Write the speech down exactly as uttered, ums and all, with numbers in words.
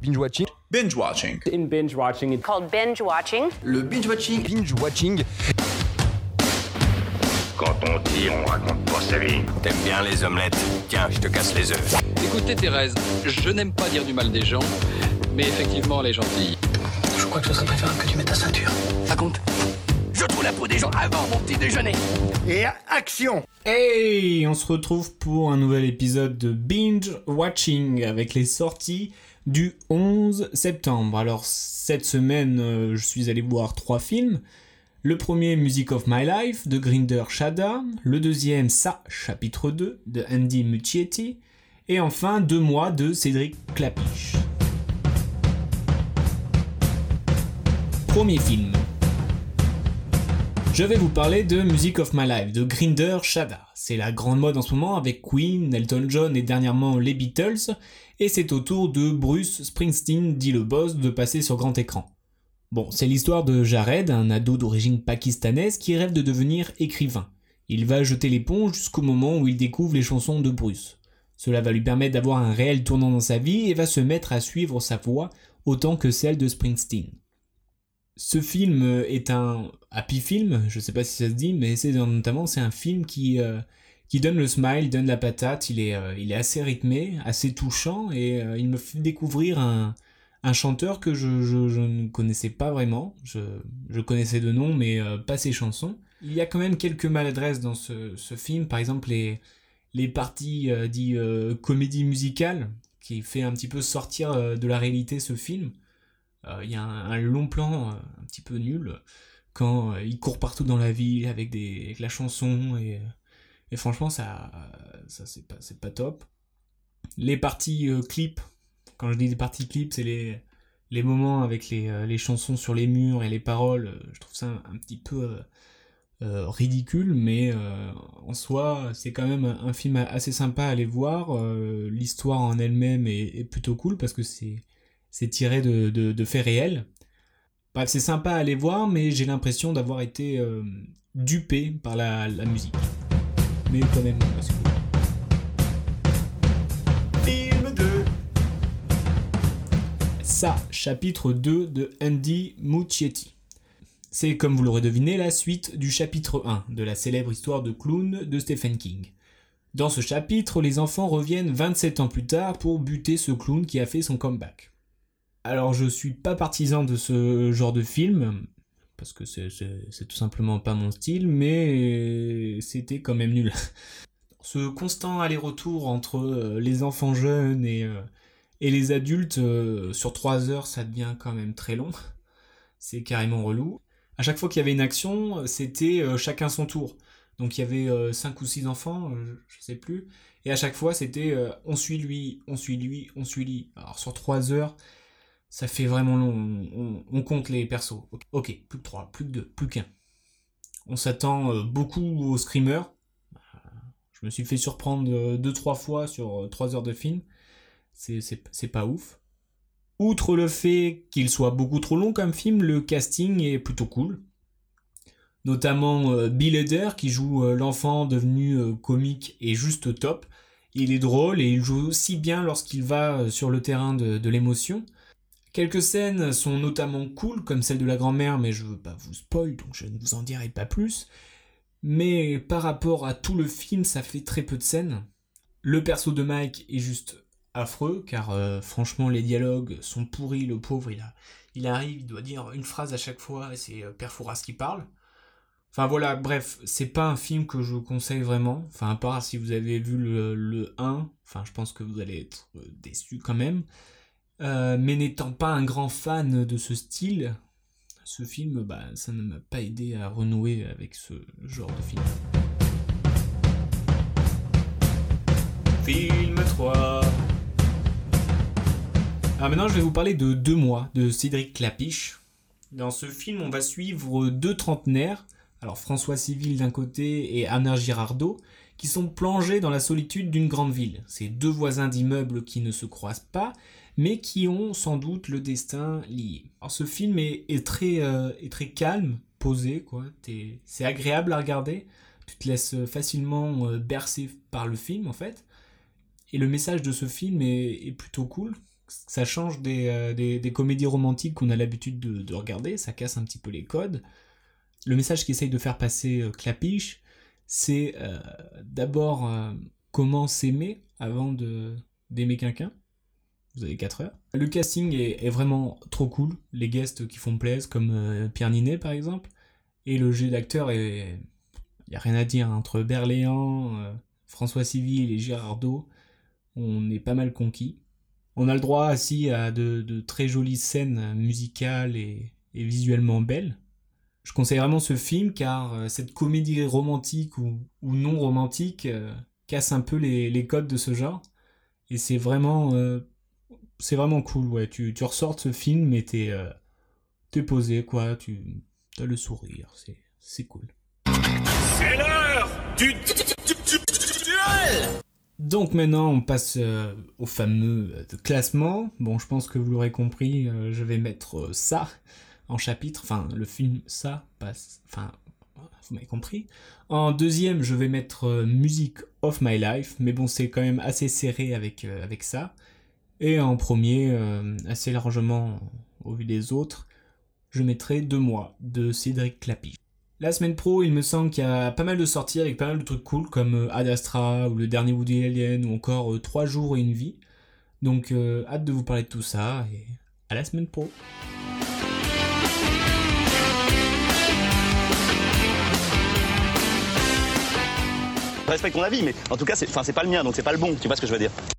binge watching. Binge watching. In binge watching, it's called binge watching. Le binge watching. Binge watching. Quand on tire, on raconte pas sa vie. T'aimes bien les omelettes? Tiens, je te casse les œufs. Écoutez Thérèse, je n'aime pas dire du mal des gens, mais effectivement elle est gentille. Je crois que ce serait préférable que tu mettes ta ceinture. Raconte. Je trouve la peau des gens avant mon petit déjeuner. Et action! Hey, on se retrouve pour un nouvel épisode de Binge Watching avec les sorties du onze septembre. Alors cette semaine, euh, je suis allé voir trois films. Le premier, Music of My Life, de Grinder Shada. Le deuxième, Ça, chapitre deux, de Andy Muschietti. Et enfin, Deux mois, de Cédric Klapisch. Premier film. Je vais vous parler de Music of My Life, de Grinder Shada. C'est la grande mode en ce moment avec Queen, Elton John et dernièrement les Beatles. Et c'est au tour de Bruce Springsteen, dit le boss, de passer sur grand écran. Bon, c'est l'histoire de Jared, un ado d'origine pakistanaise qui rêve de devenir écrivain. Il va jeter l'éponge jusqu'au moment où il découvre les chansons de Bruce. Cela va lui permettre d'avoir un réel tournant dans sa vie et va se mettre à suivre sa voie autant que celle de Springsteen. Ce film est un happy film, je sais pas si ça se dit, mais c'est notamment c'est un film qui euh, qui donne le smile, donne la patate. Il est euh, il est assez rythmé, assez touchant et euh, il me fait découvrir un un chanteur que je, je je ne connaissais pas vraiment. Je je connaissais de nom, mais euh, pas ses chansons. Il y a quand même quelques maladresses dans ce ce film, par exemple les les parties euh, dites euh, comédie musicale qui fait un petit peu sortir euh, de la réalité ce film. Il euh, y a un, un long plan euh, un petit peu nul quand euh, il court partout dans la ville avec, des, avec la chanson et, et franchement ça, ça c'est, pas, c'est pas top. Les parties euh, clips, quand je dis des parties clips, c'est les, les moments avec les, euh, les chansons sur les murs et les paroles, euh, je trouve ça un, un petit peu euh, euh, ridicule, mais euh, en soi c'est quand même un, un film assez sympa à aller voir. Euh, l'histoire en elle-même est, est plutôt cool parce que c'est C'est tiré de, de, de faits réels. Bref, c'est sympa à aller voir, mais j'ai l'impression d'avoir été euh, dupé par la, la musique. Mais quand même, c'est cool. Film deux. Ça, chapitre deux de Andy Muschietti. C'est, comme vous l'aurez deviné, la suite du chapitre un de la célèbre histoire de clown de Stephen King. Dans ce chapitre, les enfants reviennent vingt-sept ans plus tard pour buter ce clown qui a fait son comeback. Alors je suis pas partisan de ce genre de film, parce que c'est, c'est, c'est tout simplement pas mon style, mais c'était quand même nul. Ce constant aller-retour entre les enfants jeunes et, et les adultes sur trois heures, ça devient quand même très long. C'est carrément relou. À chaque fois qu'il y avait une action, c'était chacun son tour. Donc il y avait cinq ou six enfants, je sais plus, et à chaque fois c'était on suit lui, on suit lui, on suit lui. Alors sur trois heures, ça fait vraiment long, on, on, on compte les persos. Ok, plus que trois, plus que deux, plus qu'un. On s'attend euh, beaucoup aux screamers. Je me suis fait surprendre euh, deux, trois fois sur euh, trois heures de film. C'est, c'est, c'est pas ouf. Outre le fait qu'il soit beaucoup trop long comme film, le casting est plutôt cool. Notamment euh, Bill Hader qui joue euh, l'enfant devenu euh, comique et juste top. Il est drôle et il joue aussi bien lorsqu'il va euh, sur le terrain de, de l'émotion. Quelques scènes sont notamment cool, comme celle de la grand-mère, mais je veux pas vous spoil, donc je ne vous en dirai pas plus. Mais par rapport à tout le film, ça fait très peu de scènes. Le perso de Mike est juste affreux, car euh, franchement les dialogues sont pourris, le pauvre, il, a, il arrive, il doit dire une phrase à chaque fois, et c'est euh, Père Fouras qui parle. Enfin voilà, bref, c'est pas un film que je conseille vraiment, enfin à part si vous avez vu le, le un, enfin je pense que vous allez être déçus quand même. Euh, mais n'étant pas un grand fan de ce style, ce film, bah, ça ne m'a pas aidé à renouer avec ce genre de film. Film trois. Alors maintenant, je vais vous parler de Deux mois de Cédric Klapisch. Dans ce film, on va suivre deux trentenaires, alors François Civil d'un côté et Anna Girardot, qui sont plongés dans la solitude d'une grande ville. C'est deux voisins d'immeubles qui ne se croisent pas, mais qui ont sans doute le destin lié. Alors ce film est, est, très, euh, est très calme, posé, quoi. T'es, c'est agréable à regarder, tu te laisses facilement bercer par le film en fait, et le message de ce film est, est plutôt cool. ça change des, euh, des, des comédies romantiques qu'on a l'habitude de, de regarder, ça casse un petit peu les codes. Le message qu'essaye de faire passer euh, Clapiche, c'est euh, d'abord euh, comment s'aimer avant de, d'aimer quelqu'un. Vous avez quatre heures. Le casting est, est vraiment trop cool, les guests qui font plaisir, comme euh, Pierre Ninet par exemple, et le jeu d'acteur est... Il n'y a rien à dire, entre Berléand, euh, François Civil et Girardot, on est pas mal conquis. On a le droit aussi à de, de très jolies scènes musicales et, et visuellement belles. Je conseille vraiment ce film car euh, cette comédie romantique ou, ou non romantique euh, casse un peu les, les codes de ce genre. Et c'est vraiment, euh, c'est vraiment cool, ouais. Tu, tu ressors de ce film et t'es, euh, t'es posé, quoi. Tu as le sourire, c'est, c'est cool. C'est l'heure du duel. Donc maintenant on passe euh, au fameux euh, classement. Bon, je pense que vous l'aurez compris, euh, je vais mettre euh, ça en chapitre, enfin le film ça passe, enfin vous m'avez compris. En deuxième je vais mettre euh, Music of My Life, mais bon c'est quand même assez serré avec, euh, avec ça. Et en premier, euh, assez largement au vu des autres, je mettrai Deux mois de Cédric Clapiche. La semaine pro, il me semble qu'il y a pas mal de sorties avec pas mal de trucs cool comme Ad Astra ou le dernier Woody Allen ou encore euh, trois jours et une vie. Donc euh, hâte de vous parler de tout ça et à la semaine pro. Je respecte ton avis, mais en tout cas, c'est, enfin, c'est pas le mien, donc c'est pas le bon, tu vois ce que je veux dire.